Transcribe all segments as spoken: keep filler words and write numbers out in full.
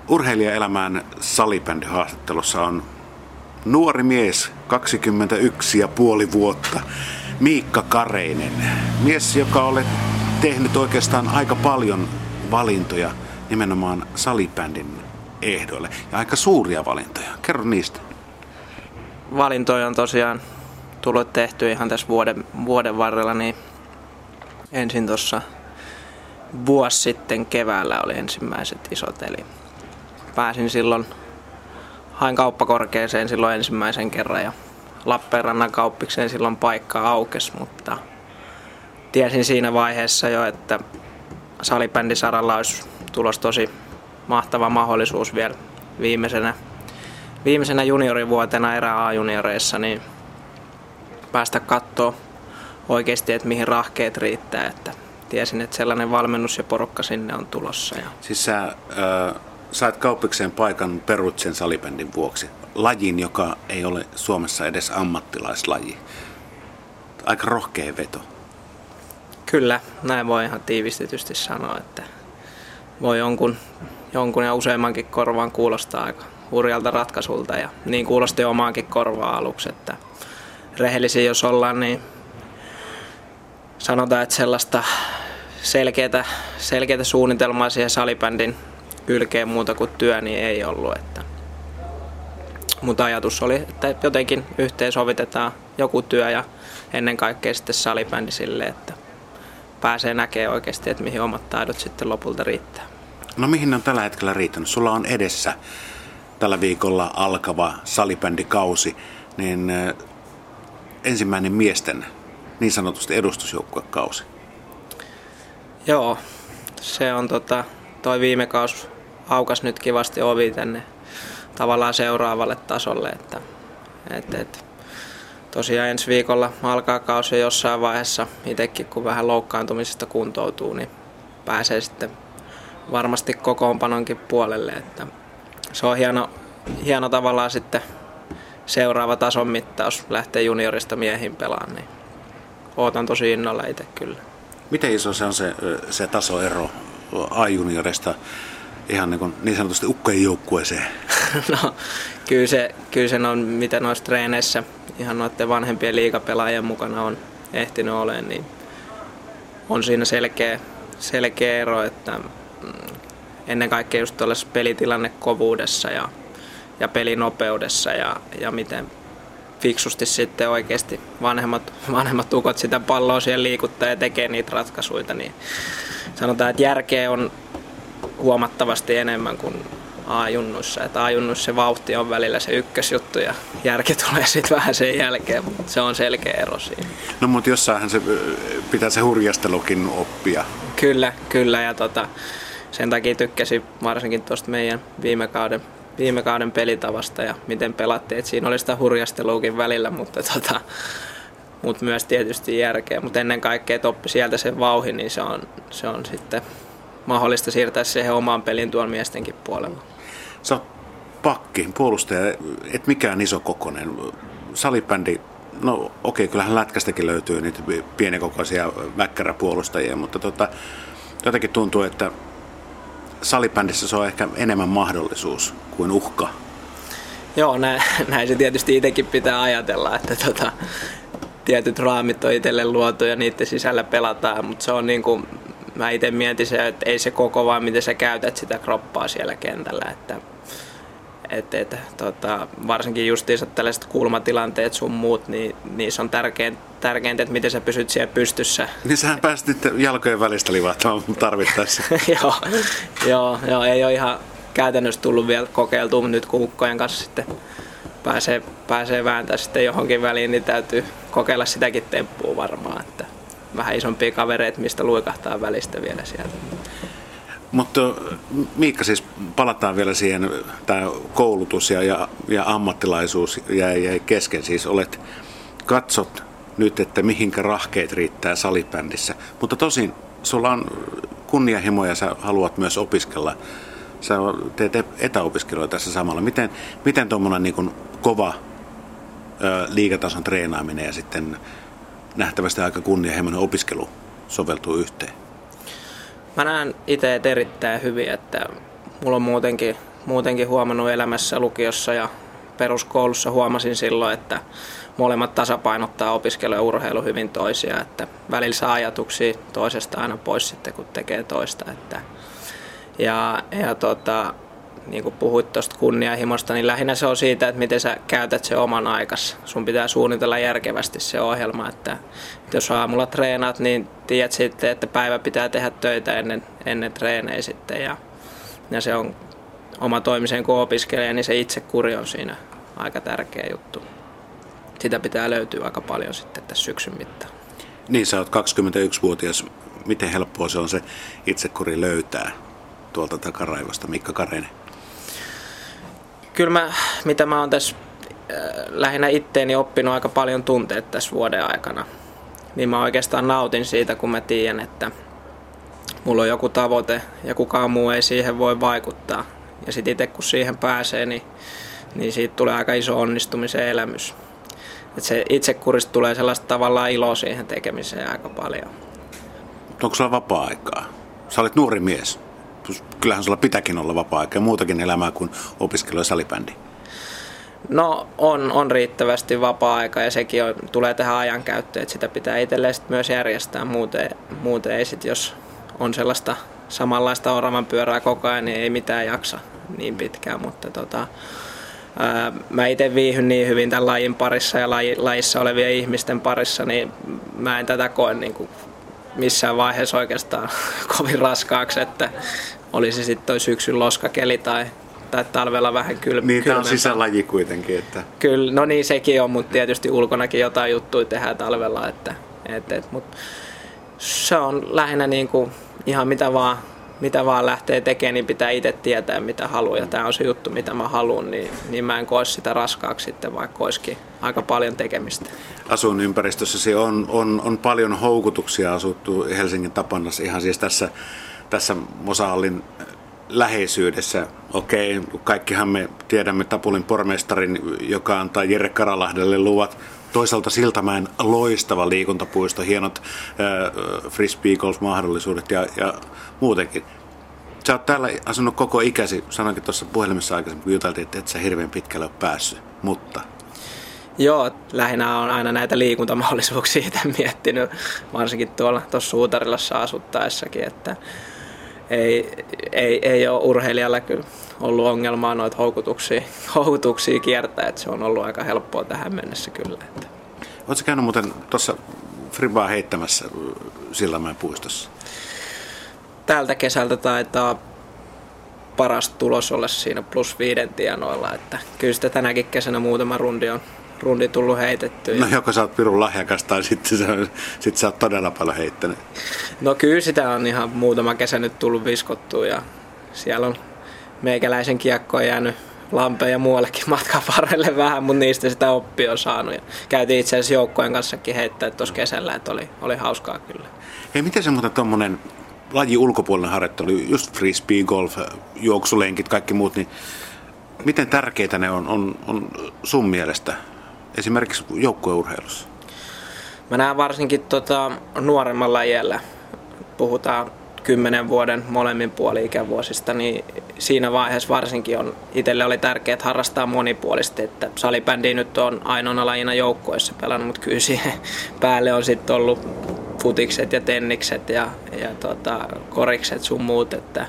Urheilijaelämään salibändihaastattelussa on nuori mies, kaksikymmentäyksi ja puoli vuotta, Miikka Kareinen. Mies, joka olet tehnyt oikeastaan aika paljon valintoja nimenomaan salibändin ehdoille. Ja aika suuria valintoja. Kerro niistä. Valintoja on tosiaan tullut tehty ihan tässä vuoden, vuoden varrella. Niin ensin tuossa vuosi sitten keväällä oli ensimmäiset isot. Eli pääsin silloin, hain kauppakorkeeseen silloin ensimmäisen kerran ja Lappeenrannan kauppikseen silloin paikka aukesi, mutta tiesin siinä vaiheessa jo, että salibändisaralla olisi tulossa tosi mahtava mahdollisuus vielä viimeisenä, viimeisenä juniorivuotena erä A-junioreissa niin päästä katsoa oikeasti, että mihin rahkeet riittää. Että tiesin, että sellainen valmennus ja porukka sinne on tulossa. Ja siis sä äh, sait kauppikseen paikan Perutsen salibändin vuoksi. Lajin, joka ei ole Suomessa edes ammattilaislaji. Aika rohkea veto. Kyllä, näin voi ihan tiivistetysti sanoa, että voi jonkun, jonkun ja useammankin korvaan kuulostaa aika hurjalta ratkaisulta ja niin kuulosti omaankin korvaan aluksi, että rehellisiä jos ollaan, niin sanotaan, että sellaista selkeätä, selkeätä suunnitelmaa siihen salibändin kylkeen muuta kuin työ niin ei ollut. Että mutta ajatus oli, että jotenkin yhteensovitetaan joku työ ja ennen kaikkea sitten salibändi silleen, että pääsee näkemään oikeasti, että mihin omat taidot sitten lopulta riittää. No mihin ne on tällä hetkellä riittänyt? Sulla on edessä tällä viikolla alkava salibändikausi, niin ensimmäinen miesten niin sanotusti edustusjoukkuekausi. Joo, se on tota, toi viime kausi aukas nyt kivasti ovi tänne tavallaan seuraavalle tasolle, että et, et, tosiaan ensi viikolla alkaa kausi jossain vaiheessa itsekin, kun vähän loukkaantumisesta kuntoutuu, niin pääsee sitten varmasti kokoonpanonkin puolelle. Että se on hieno, hieno tavallaan sitten seuraava tason mittaus lähtee juniorista miehiin pelaan, niin ootan tosi innolla itse kyllä. Miten iso se on se, se tasoero A-juniorista ihan niin, kuin niin sanotusti ukkojen joukkueeseen? No kyllä se, kyllä se on, mitä noissa treeneissä ihan noiden vanhempien liigapelaajien mukana on ehtinyt olemaan, niin on siinä selkeä, selkeä ero, että ennen kaikkea just tuollaisessa pelitilannekovuudessa ja, ja pelinopeudessa ja, ja miten fiksusti sitten oikeasti vanhemmat, vanhemmat ukot sitä palloa siellä liikuttaa ja tekee niitä ratkaisuja, niin sanotaan, että järkeä on huomattavasti enemmän kuin A-junnuissa. Että A-junnuissa se vauhti on välillä se ykkösjuttu ja järki tulee sitten vähän sen jälkeen, mutta se on selkeä ero siinä. No mutta jossainhan se pitää se hurjastelukin oppia. Kyllä, kyllä ja tota, sen takia tykkäsin varsinkin tuosta meidän viime kauden, viime kauden pelitavasta ja miten pelattiin. Et siinä oli sitä hurjasteluakin välillä, mutta tota, mut myös tietysti järkeä. Mutta ennen kaikkea, että oppi sieltä sen vauhin, niin se on, se on sitten mahdollista siirtää siihen omaan peliin tuolla miestenkin puolella. Sä oot pakki, puolustaja, et mikään iso kokoinen. Salibändi, no okei, kyllähän lätkästäkin löytyy niitä pienikokoisia väkkäräpuolustajia, mutta tota, jotenkin tuntuu, että salibändissä se on ehkä enemmän mahdollisuus kuin uhka. Joo, näin, näin se tietysti itsekin pitää ajatella, että tota, tietyt raamit on itselle luotu ja niiden sisällä pelataan, mutta se on niin kuin mä itse mietin se, että ei se koko vaan miten sä käytät sitä kroppaa siellä kentällä. Että, et, et, tota, varsinkin justiinsa tällaiset kulmatilanteet sun muut, niin niissä on tärkein, tärkeintä, että miten sä pysyt siellä pystyssä. Niin sähän pääsit nyt jalkojen välistä livahtamaan tarvittaessa. joo, joo, joo, ei ole ihan käytännössä tullut vielä kokeiltua, mutta nyt kun ukkojen kanssa sitten pääsee, pääsee vääntämään sitten johonkin väliin, niin täytyy kokeilla sitäkin temppua varmaan. Että vähän isompia kavereita, mistä luikahtaa välistä vielä sieltä. Mutta Miikka, siis palataan vielä siihen, tämä koulutus ja, ja, ja ammattilaisuus jäi, jäi kesken. Siis olet, katsot nyt, että mihinkä rahkeet riittää salibändissä. Mutta tosin sulla on kunnianhimo ja sä haluat myös opiskella. Sä teet etäopiskelua tässä samalla. Miten, miten tuommoinen niin kuin kova ö, liigatason treenaaminen ja sitten nähtävästi aika kunnianhimoinen opiskelu soveltuu yhteen? Mä näen itse erittäin hyvin, että mulla on muutenkin muutenkin huomannut elämässä, lukiossa ja peruskoulussa huomasin silloin, että molemmat tasapainottaa opiskelu ja urheilu hyvin toisiaan, että välillä saa ajatuksia toisesta aina pois sitten, kun tekee toista. Että ja, ja tota, niin kuin puhuit tuosta kunnianhimosta, niin lähinnä se on siitä, että miten sä käytät sen oman aikas. Sun pitää suunnitella järkevästi se ohjelma, että, että jos aamulla treenaat, niin tiedät sitten, että päivä pitää tehdä töitä ennen, ennen treenejä sitten. Ja, ja se on oma toimisen kuin opiskelija, niin se itsekuri on siinä aika tärkeä juttu. Sitä pitää löytyä aika paljon sitten tässä syksyn mittaan. Niin, sä oot kaksikymmentäyksivuotias. Miten helppoa se on se itsekuri löytää tuolta takaraivosta, Mikka Kareinen? Kyllä mä, mitä mä oon tässä äh, lähinnä itteeni oppinut aika paljon tunteet tässä vuoden aikana, niin mä oikeastaan nautin siitä, kun mä tiedän, että mulla on joku tavoite ja kukaan muu ei siihen voi vaikuttaa. Ja sit itse kun siihen pääsee, niin, niin siitä tulee aika iso onnistumisen elämys. Et se itsekurista tulee sellaista tavallaan iloa siihen tekemiseen aika paljon. Onko sulla vapaa-aikaa? Sä olet nuori mies. Kyllähän sulla pitääkin olla vapaa-aikaa ja muutakin elämää kuin opiskelu ja salibändi. No on, on riittävästi vapaa-aikaa ja sekin on, tulee tähän ajankäyttöön, että sitä pitää itselleen sit myös järjestää. Muuten, muuten ei sit, jos on sellaista samanlaista oravan pyörää koko ajan, niin ei mitään jaksa niin pitkään. Mutta tota, ää, mä itse viihyn niin hyvin tämän lajin parissa ja laji, lajissa olevien ihmisten parissa, niin mä en tätä koe niin kuin missään vaiheessa oikeastaan kovin raskaaksi, että olisi sitten toi syksyn loskakeli tai, tai talvella vähän kylmä. Niin, tämä on sisälaji kuitenkin. Että... Kyllä, no niin sekin on, mutta tietysti ulkonakin jotain juttuja tehdään talvella, että, et, et, mutta se on lähinnä niin kuin ihan mitä vaan, mitä vaan lähtee tekemään, niin pitää itse tietää mitä haluaa ja tämä on se juttu mitä mä haluan, niin, niin mä en koe sitä raskaaksi sitten, vaikka olisikin aika paljon tekemistä. Asuinympäristössäsi on, on, on paljon houkutuksia asuttu Helsingin Tapannassa ihan siis tässä, tässä Mosahallin läheisyydessä. Okei, kaikkihan me tiedämme Tapulin pormestarin, joka antaa Jere Karalahdelle luvat. Toisaalta Siltamäen loistava liikuntapuisto, hienot äh, frisbeegolf-mahdollisuudet ja, ja muutenkin. Sä oot täällä asunut koko ikäsi, sanoinkin tuossa puhelimessa aikaisemmin, kun juteltiin, että et sä hirveän pitkälle ole päässyt, mutta... Joo, lähinnä on aina näitä liikuntamahdollisuuksia itse miettinyt, varsinkin tuolla tuossa Suutarilassa asuttaessakin, että ei, ei, ei ole urheilijalla kyllä ollut ongelmaa noita houkutuksia, houkutuksia kiertää, että se on ollut aika helppoa tähän mennessä kyllä. Että. Oletko käynyt muuten tuossa fribaa heittämässä Siltamäen puistossa? Tältä kesältä taitaa paras tulos olla siinä plus viiden tienoilla, että kyllä sitä tänäkin kesänä muutama rundi on rundi tullut heitettyä. No joko sä oot pirun lahjakas tai sitten sä, sit sä oot todella paljon heittänyt. No kyllä sitä on ihan muutama kesä nyt tullut viskottua ja siellä on meikäläisen kiekko on jäänyt Lampeen ja muuallekin matkan varrelle vähän, mutta niistä sitä oppia on saanut. Ja käytiin itse asiassa joukkojen kanssakin heittää tuossa kesällä, että oli, oli hauskaa kyllä. Hei, miten se muuten tommonen laji ulkopuolinen harjoittelu, just frisbee, golf, juoksulenkit, kaikki muut, niin miten tärkeitä ne on, on, on sun mielestä esimerkiksi joukkueurheilussa? Mä näen varsinkin tota, nuoremmalla iällä, puhutaan kymmenen vuoden molemmin puoli ikävuosista, niin siinä vaiheessa varsinkin on, itselle oli tärkeää harrastaa monipuolisesti, että salibändiä nyt on ainoana lajina joukkueessa pelannut, mutta kyllä siihen päälle on sitten ollut futikset ja tennikset ja, ja tota, korikset sun muut, että,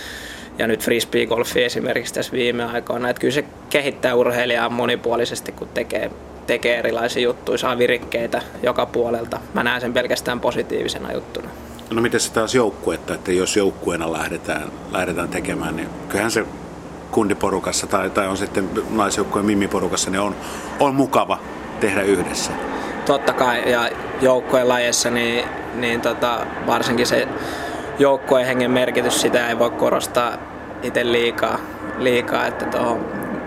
ja nyt frisbeegolfi esimerkiksi tässä viime aikoina, että kyllä se kehittää urheilijaa monipuolisesti, kun tekee, tekee erilaisia juttuja, saa virikkeitä joka puolelta. Mä näen sen pelkästään positiivisena juttuna. No miten se taas joukkuetta, että jos joukkueena lähdetään, lähdetään tekemään, niin kyllähän se kundiporukassa tai, tai on sitten naisjoukkueen mimiporukassa, niin on, on mukava tehdä yhdessä. Totta kai, ja joukkueen lajeissa, niin, niin tota, varsinkin se joukkueen hengen merkitys, sitä ei voi korostaa itse liikaa, liikaa että tuohon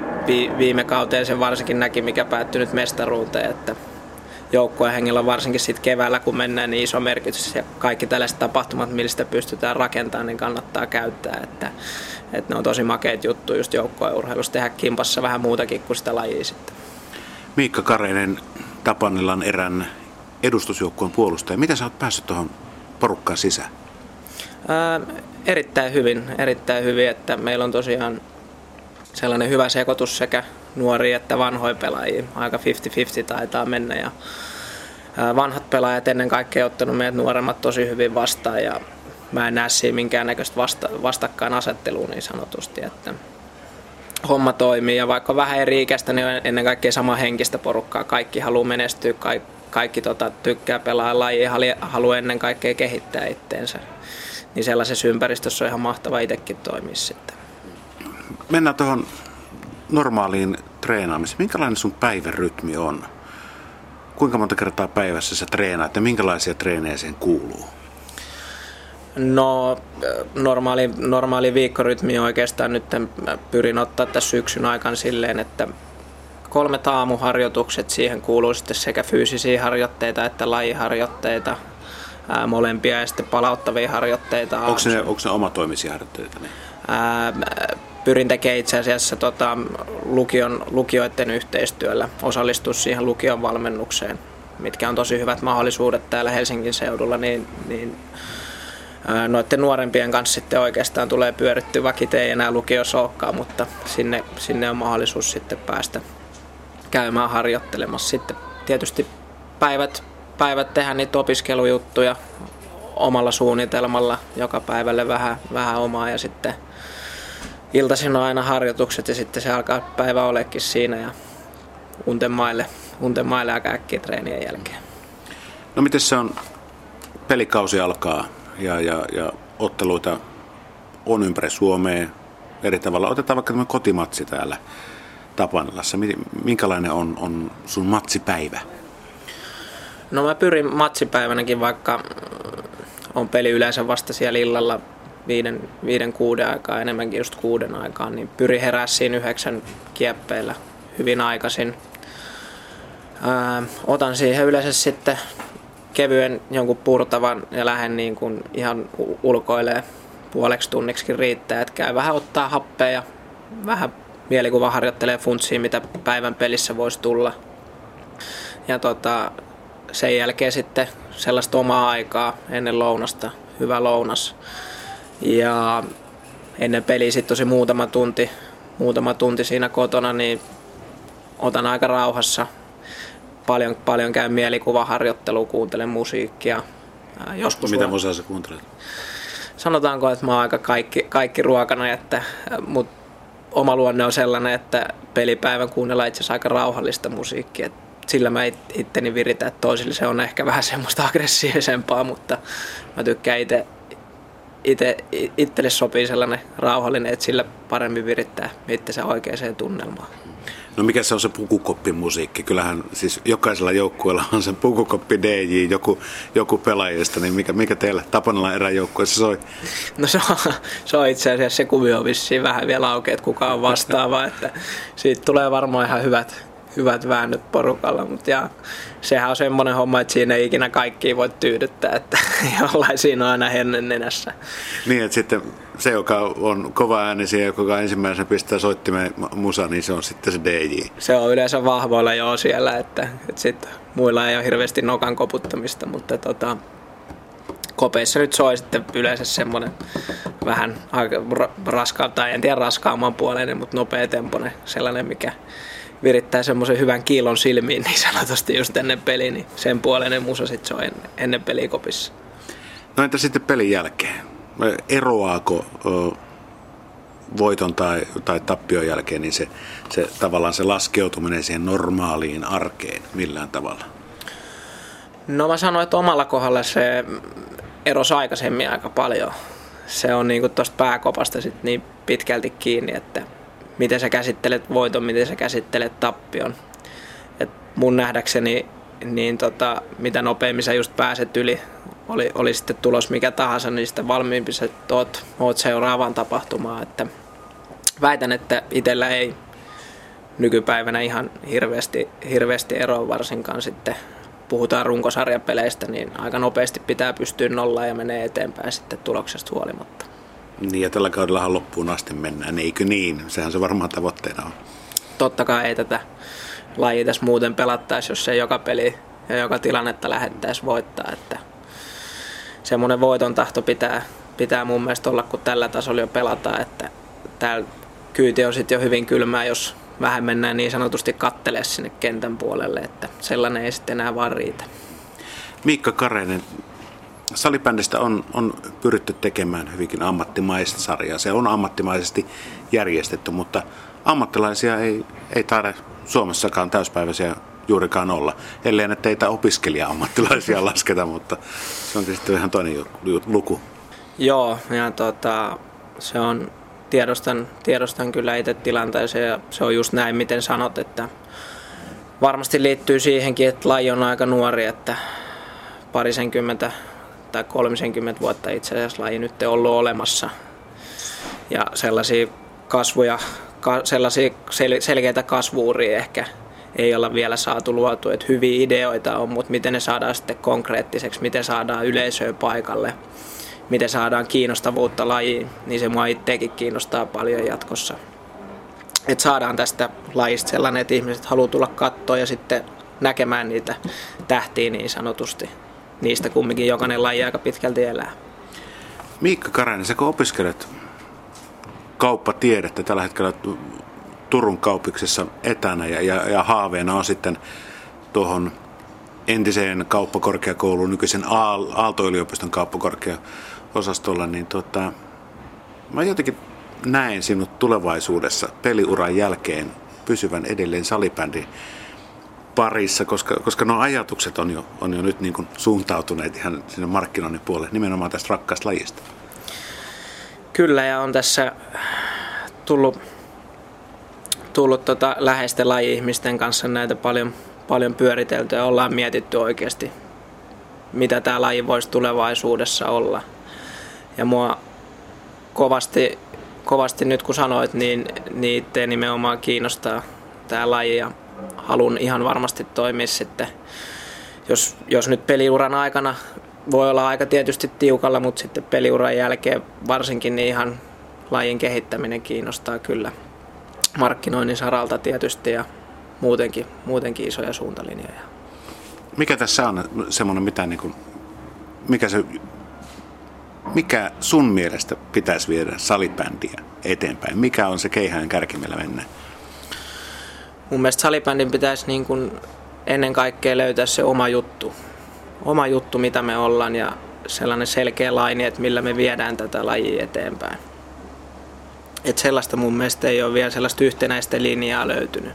viime kauteen sen varsinkin näki, mikä päättyi nyt mestaruuteen, että joukkueen hengellä on varsinkin sit keväällä, kun mennään, niin iso merkitys ja kaikki tällaiset tapahtumat, millä sitä pystytään rakentamaan, niin kannattaa käyttää, että, että ne on tosi makeita juttuja just joukkueen urheilussa tehdä kimpassa vähän muutakin kuin sitä lajia sitten. Miikka Kareinen, Tapannilan erän edustusjoukkueen puolustaja. Miten sä oot päässyt tuohon porukkaan sisään? Ää, erittäin hyvin, erittäin hyvin, että meillä on tosiaan sellainen hyvä sekoitus sekä nuoria että vanhoja pelaajia. Aika viisikymmentä viisikymmentä taitaa mennä ja vanhat pelaajat ennen kaikkea ottanut meidät nuoremmat tosi hyvin vastaan ja mä en näe siinä minkäännäköistä vasta, vastakkainasettelua niin sanotusti, että homma toimii ja vaikka vähän eri ikäistä, niin on ennen kaikkea sama henkistä porukkaa. Kaikki haluaa menestyä, kaikki, kaikki tota, tykkää pelaa lajia, haluaa ennen kaikkea kehittää itteensä. Niin sellaisessa ympäristössä on ihan mahtava itsekin toimia sitten. Mennään tuohon normaaliin treenaamiseen. Minkälainen sun päivärytmi on? Kuinka monta kertaa päivässä sä treenaat ja minkälaisia treenejä siihen kuuluu? No normaali, normaali viikkorytmi oikeastaan nyt pyrin ottaa tässä syksyn aikana silleen, että kolme aamuharjoitukset, siihen kuuluu sitten sekä fyysisiä harjoitteita että lajiharjoitteita, ää, molempia ja sitten palauttavia harjoitteita. Onko ne, onko ne omatoimisia harjoitteita? Niin? Ää, pyrin tekemään itse asiassa tota, lukion, lukioiden yhteistyöllä, osallistua siihen lukion valmennukseen, mitkä on tosi hyvät mahdollisuudet täällä Helsingin seudulla, niin, niin noiden nuorempien kanssa sitten oikeastaan tulee pyörittyä, vaikka ei enää lukiossa olekaan, mutta sinne, sinne on mahdollisuus sitten päästä käymään harjoittelemassa. Sitten tietysti päivät, päivät tehdä niitä opiskelujuttuja omalla suunnitelmalla, joka päivälle vähän, vähän omaa ja sitten iltaisin on aina harjoitukset ja sitten se alkaa päivä olekin siinä ja unten maille, unten maille aika äkkiä treenien jälkeen. No miten se on, pelikausi alkaa? Ja, ja, ja otteluita on ympäri Suomea eri tavalla. Otetaan vaikka tämä kotimatsi täällä Tapanilassa. Minkälainen on, on sun matsipäivä? No mä pyrin matsipäivänäkin, vaikka on peli yleensä vasta siellä illalla viiden, viiden kuuden aikaa, enemmänkin just kuuden aikaan, niin pyrin herää siinä yhdeksän kieppeillä hyvin aikaisin. Ää, otan siihen yleensä sitten kevyen jonkun purtavan ja lähden niin kuin ihan ulkoilee puoleksi tunniksikin riittää, että käy vähän ottaa happea ja vähän mielikuva harjoittelee funtsia, mitä päivän pelissä voisi tulla. Ja tota, sen jälkeen sitten sellaista omaa aikaa ennen lounasta, hyvä lounas. Ja ennen peliä sitten tosi muutama tunti, muutama tunti siinä kotona, niin otan aika rauhassa. Paljon, paljon käyn mielikuvaharjoittelua, kuuntelen musiikkia. Joskus mitä musaa sä kuuntelet? Sanotaanko, että mä oon aika kaikki, kaikki ruokana, että mut oma luonne on sellainen, että pelipäivän kuunnellaan itse asiassa aika rauhallista musiikkia. Sillä mä itteni viritän, että toisille se on ehkä vähän semmoista aggressiivisempaa, mutta mä tykkään itse, itse, itselle sopii sellainen rauhallinen, että sillä paremmin virittää itsensä oikeaan tunnelmaan. No mikä se on se pukukoppimusiikki? Kyllähän siis jokaisella joukkueella on se pukukoppi D J, joku, joku pelaajista, niin mikä, mikä teillä Tapanalan eräjoukkueessa soi? No se on, se on itse asiassa se kuvio vissiin vähän vielä auki, että kuka on vastaava, että siitä tulee varmaan ihan hyvät, hyvät väännöt porukalla, mutta ja, sehän on semmoinen homma, että siinä ei ikinä kaikkia voi tyydyttää, että jollain siinä on aina hennen nenässä. Niin, että sitten se, joka on kova äänisiä ja joka ensimmäisenä pistää soittimeen musa, niin se on sitten se D J. Se on yleensä vahvoilla jo siellä, että, että sitten muilla ei ole hirveästi nokan koputtamista, mutta tota, kopeissa nyt soi sitten yleensä semmoinen vähän raskaa, tai en tiedä raskaamman puoleinen, mutta nopea tempoinen, sellainen mikä virittää semmoisen hyvän kiilon silmiin niin sanotusti just ennen peliä, niin sen puoleinen musa sitten soi ennen, ennen peliä kopissa. No entä sitten pelin jälkeen? Eroaako ö, voiton tai, tai tappion jälkeen niin se, se tavallaan se laskeutuminen siihen normaaliin arkeen millään tavalla? No mä sanoin, että omalla kohdalla se erosi aikaisemmin aika paljon. Se on niinku tuosta pääkopasta sit niin pitkälti kiinni, että miten sä käsittelet voiton, miten sä käsittelet tappion. Et mun nähdäkseni niin tota, mitä nopeammin sä just pääset yli, oli, oli sitten tulos mikä tahansa, niin sitten valmiimpi sä oot, oot seuraavaan tapahtumaan. Että väitän, että itsellä ei nykypäivänä ihan hirveästi, hirveästi eroa, varsinkaan sitten puhutaan runkosarjapeleistä, niin aika nopeasti pitää pystyä nollaan ja menee eteenpäin sitten tuloksesta huolimatta. Niin ja tällä kaudellahan loppuun asti mennään, eikö niin? Sehän se varmaan tavoitteena on. Totta kai ei tätä lajia tässä muuten pelattaisi, jos ei joka peli ja joka tilannetta lähettäisi voittaa. Että semmoinen voiton tahto pitää, pitää mun mielestä olla, kun tällä tasolla jo pelataan, että täällä kyyti on sitten jo hyvin kylmää, jos vähän mennään niin sanotusti kattelemaan sinne kentän puolelle, että sellainen ei sitten enää vaan riitä. Miikka Kareinen, salibändistä on, on pyritty tekemään hyvinkin ammattimaista sarjaa. Se on ammattimaisesti järjestetty, mutta ammattilaisia ei, ei taida Suomessakaan täyspäiväisiä juurikaan olla. Ellei ne teitä opiskelija-ammattilaisia lasketa, mutta se on sitten ihan toinen luku. Joo, ja tota, se on, tiedostan, tiedostan kyllä itse tilanteeseen ja se on just näin, miten sanot, että varmasti liittyy siihenkin, että laji on aika nuori, että parisenkymmentä tai kolmisenkymmentä vuotta itse asiassa laji nyt on ollut olemassa. Ja sellaisia kasvuja, ka, sellaisia sel, selkeitä kasvuuria ehkä ei olla vielä saatu luotu. Että hyviä ideoita on, mutta miten ne saadaan sitten konkreettiseksi, miten saadaan yleisöä paikalle, miten saadaan kiinnostavuutta lajiin, niin se mua itsekin kiinnostaa paljon jatkossa. Että saadaan tästä lajista sellainen, että ihmiset haluaa tulla katsoa ja sitten näkemään niitä tähtiä niin sanotusti. Niistä kumminkin jokainen laji aika pitkälti elää. Miikka Kareinen, sä kun opiskelet kauppatiedettä tällä hetkellä Turun kauppiksessa etänä ja, ja, ja haaveena on sitten tuohon entiseen kauppakorkeakouluun, nykyisen Aalto-yliopiston kauppakorkeaosastolla, niin tota, mä jotenkin näen sinut tulevaisuudessa peliuran jälkeen pysyvän edelleen salibändin parissa, koska, koska nuo ajatukset on jo, on jo nyt niin kuin suuntautuneet ihan sinne markkinoinnin puolelle, nimenomaan tästä rakkaasta lajista. Kyllä, ja on tässä tullut, tullut tota läheisten laji-ihmisten kanssa näitä paljon, paljon pyöritelty ja ollaan mietitty oikeasti, mitä tämä laji voisi tulevaisuudessa olla. Ja mua kovasti, kovasti nyt kun sanoit, niin, niin itse nimenomaan kiinnostaa tämä laji ja haluan ihan varmasti toimia sitten, jos, jos nyt peliuran aikana voi olla aika tietysti tiukalla, mutta sitten peliuran jälkeen varsinkin niin ihan lajin kehittäminen kiinnostaa kyllä markkinoinnin saralta tietysti ja muutenkin, muutenkin isoja suuntalinjoja. Mikä tässä on semmoinen, mitä niin kuin, mikä, se, mikä sun mielestä pitäisi viedä salibändiä eteenpäin? Mikä on se keihään kärki, millä mennään? Mun mielestä salibändin pitäisi niin kuin ennen kaikkea löytää se oma juttu. Oma juttu, mitä me ollaan ja sellainen selkeä laini, että millä me viedään tätä lajia eteenpäin. Et sellaista mun mielestä ei ole vielä sellaista yhtenäistä linjaa löytynyt.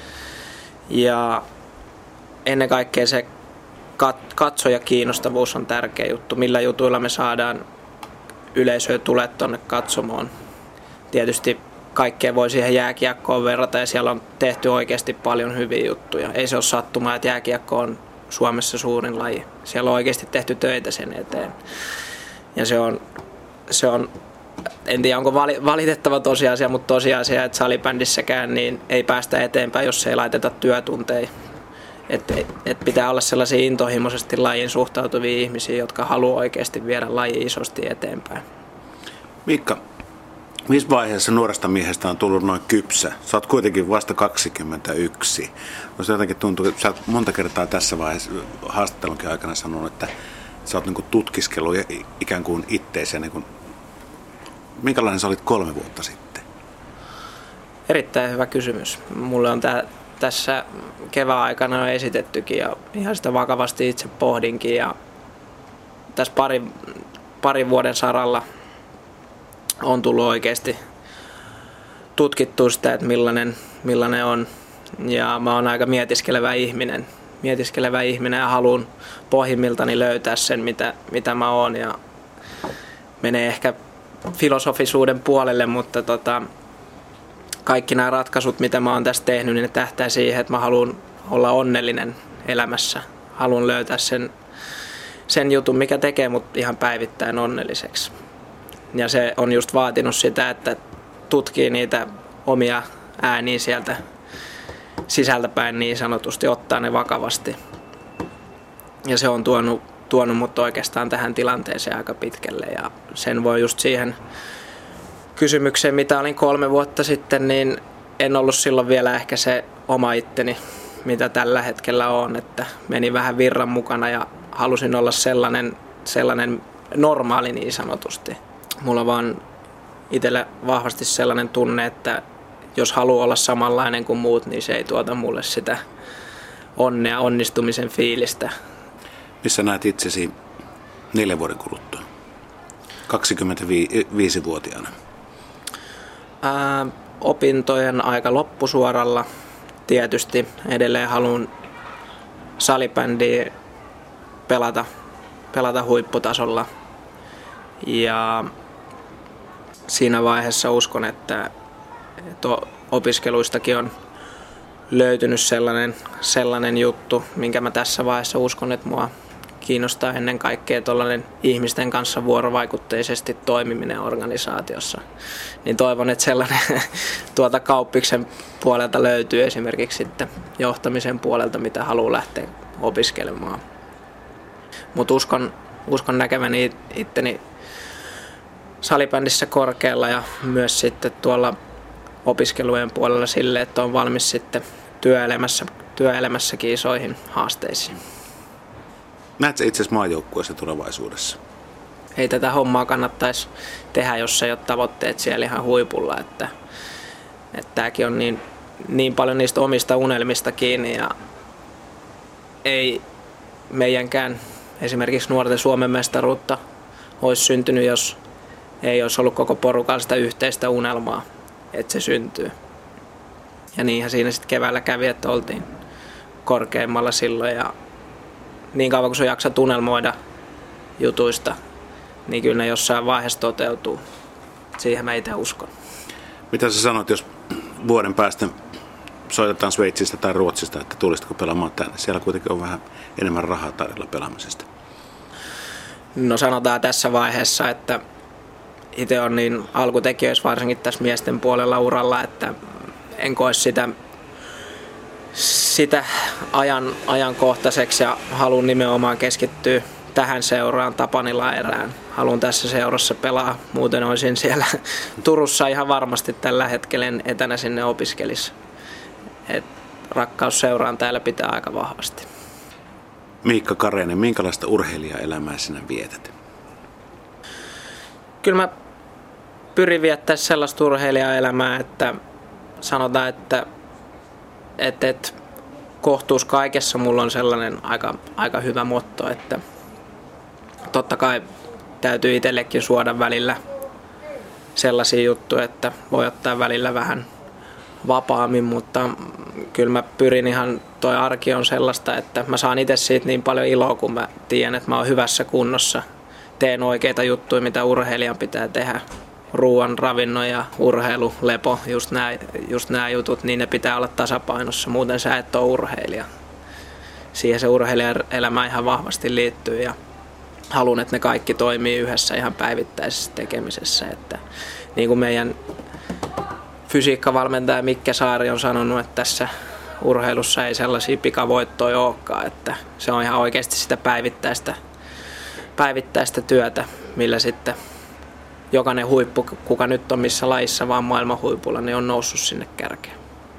Ja ennen kaikkea se katsojakiinnostavuus on tärkeä juttu. Millä jutuilla me saadaan yleisöä tulee tuonne katsomoon. Tietysti kaikkea voi siihen jääkiekkoon verrata ja siellä on tehty oikeasti paljon hyviä juttuja. Ei se ole sattumaa, että jääkiekko on Suomessa suurin laji. Siellä on oikeasti tehty töitä sen eteen. Ja se on, se on en tiedä onko valitettava tosiasia, mutta tosiasia, että salibändissäkään niin ei päästä eteenpäin, jos ei laiteta työtunteja. Että et pitää olla sellaisia intohimoisesti lajiin suhtautuvia ihmisiä, jotka haluaa oikeasti viedä laji isosti eteenpäin. Miikka, missä vaiheessa nuoresta miehestä on tullut noin kypsä? Sä oot kuitenkin vasta kaksikymmentäyksi. No se jotenkin tuntuu, että sä oot monta kertaa tässä vaiheessa haastattelunkin aikana sanonut, että sä oot niinku tutkiskellut ikään kuin itteesi. Niin minkälainen sä olit kolme vuotta sitten? Erittäin hyvä kysymys. Mulle on tää, tässä kevään aikana on esitettykin ja ihan sitä vakavasti itse pohdinkin. Ja tässä pari, parin vuoden saralla on tullut oikeasti tutkittua sitä, että millainen, millainen on. Ja mä oon aika mietiskelevä ihminen. Mietiskelevä ihminen ja haluan pohjimmiltani löytää sen, mitä, mitä mä oon. Ja menee ehkä filosofisuuden puolelle, mutta tota, kaikki nämä ratkaisut, mitä mä oon tässä tehnyt, niin ne tähtää siihen, että mä haluan olla onnellinen elämässä. Haluan löytää sen, sen jutun, mikä tekee mut ihan päivittäin onnelliseksi. Ja se on just vaatinut sitä, että tutkii niitä omia ääniä sieltä sisältäpäin niin sanotusti, ottaa ne vakavasti. Ja se on tuonut, tuonut mut oikeastaan tähän tilanteeseen aika pitkälle. Ja sen voi just siihen kysymykseen, mitä olin kolme vuotta sitten, niin en ollut silloin vielä ehkä se oma itteni, mitä tällä hetkellä on. Että menin vähän virran mukana ja halusin olla sellainen, sellainen normaali niin sanotusti. Mulla vaan itselle vahvasti sellainen tunne, että jos haluaa olla samanlainen kuin muut, niin se ei tuota mulle sitä onnea, onnistumisen fiilistä. Missä näet itsesi neljän vuoden kuluttua, kaksikymmentäviisivuotiaana? Ää, opintojen aika loppusuoralla. Tietysti edelleen haluan salibändiä pelata, pelata huipputasolla. Ja siinä vaiheessa uskon, että, että opiskeluistakin on löytynyt sellainen, sellainen juttu, minkä mä tässä vaiheessa uskon, että mua kiinnostaa ennen kaikkea tuollainen ihmisten kanssa vuorovaikutteisesti toimiminen organisaatiossa. Niin toivon, että sellainen tuolta kauppiksen puolelta löytyy esimerkiksi sitten johtamisen puolelta, mitä haluaa lähteä opiskelemaan. Mutta uskon, uskon näkeväni itteni salibändissä korkealla ja myös sitten tuolla opiskelujen puolella sille, että on valmis sitten työelämässä, työelämässäkin isoihin haasteisiin. Näetkö itse asiassa maajoukkueessa tulevaisuudessa? Ei tätä hommaa kannattaisi tehdä, jos ei ole tavoitteet siellä ihan huipulla. Että, että tämäkin on niin, niin paljon niistä omista unelmista kiinni ja ei meidänkään esimerkiksi nuorten Suomen mestaruutta olisi syntynyt, jos ei olisi ollut koko porukalla sitä yhteistä unelmaa, että se syntyy. Ja niinhän siinä sitten keväällä kävi, että oltiin korkeimmalla silloin ja niin kauan kun sä jaksat unelmoida jutuista, niin kyllä ne jossain vaiheessa toteutuu. Siihen mä itse uskon. Mitä sä sanot, jos vuoden päästä soitetaan Sveitsistä tai Ruotsista, että tulisitko pelaamaan tänne? Siellä kuitenkin on vähän enemmän rahaa tarjolla pelaamisesta. No sanotaan tässä vaiheessa, että itse on niin alkutekijöissä varsinkin tässä miesten puolella uralla, että en koe sitä, sitä ajan, ajankohtaiseksi ja haluan nimenomaan keskittyä tähän seuraan Tapanila erään. Haluan tässä seurassa pelaa, muuten olisin siellä Turussa ihan varmasti tällä hetkellä etänä sinne opiskelisi. Et rakkaus seuraan täällä pitää aika vahvasti. Miikka Kareinen, minkälaista urheilijaelämää sinä vietät? Kyllä mä pyrin viettää sellaista urheilijaelämää, että sanotaan, että, että, että kohtuus kaikessa mulla on sellainen aika, aika hyvä motto, että totta kai täytyy itsellekin suoda välillä sellaisia juttuja, että voi ottaa välillä vähän vapaammin, mutta kyllä mä pyrin ihan, toi arki on sellaista, että mä saan itse siitä niin paljon iloa, kun mä tiedän, että mä oon hyvässä kunnossa. Teen oikeita juttuja, mitä urheilijan pitää tehdä. Ruoan, ravinnon ja urheilu, lepo, just nämä, just nämä jutut, niin ne pitää olla tasapainossa, muuten sä et ole urheilija. Siihen se urheilijan elämä ihan vahvasti liittyy ja haluan, että ne kaikki toimii yhdessä ihan päivittäisessä tekemisessä. Että, niin kuin meidän fysiikkavalmentaja Mikke Saari on sanonut, että tässä urheilussa ei sellaisia pikavoittoja olekaan, että se on ihan oikeasti sitä päivittäistä, päivittäistä työtä, millä sitten jokainen huippu, kuka nyt on missä lajissa vaan maailman huipulla, niin on noussut sinne kärkeen.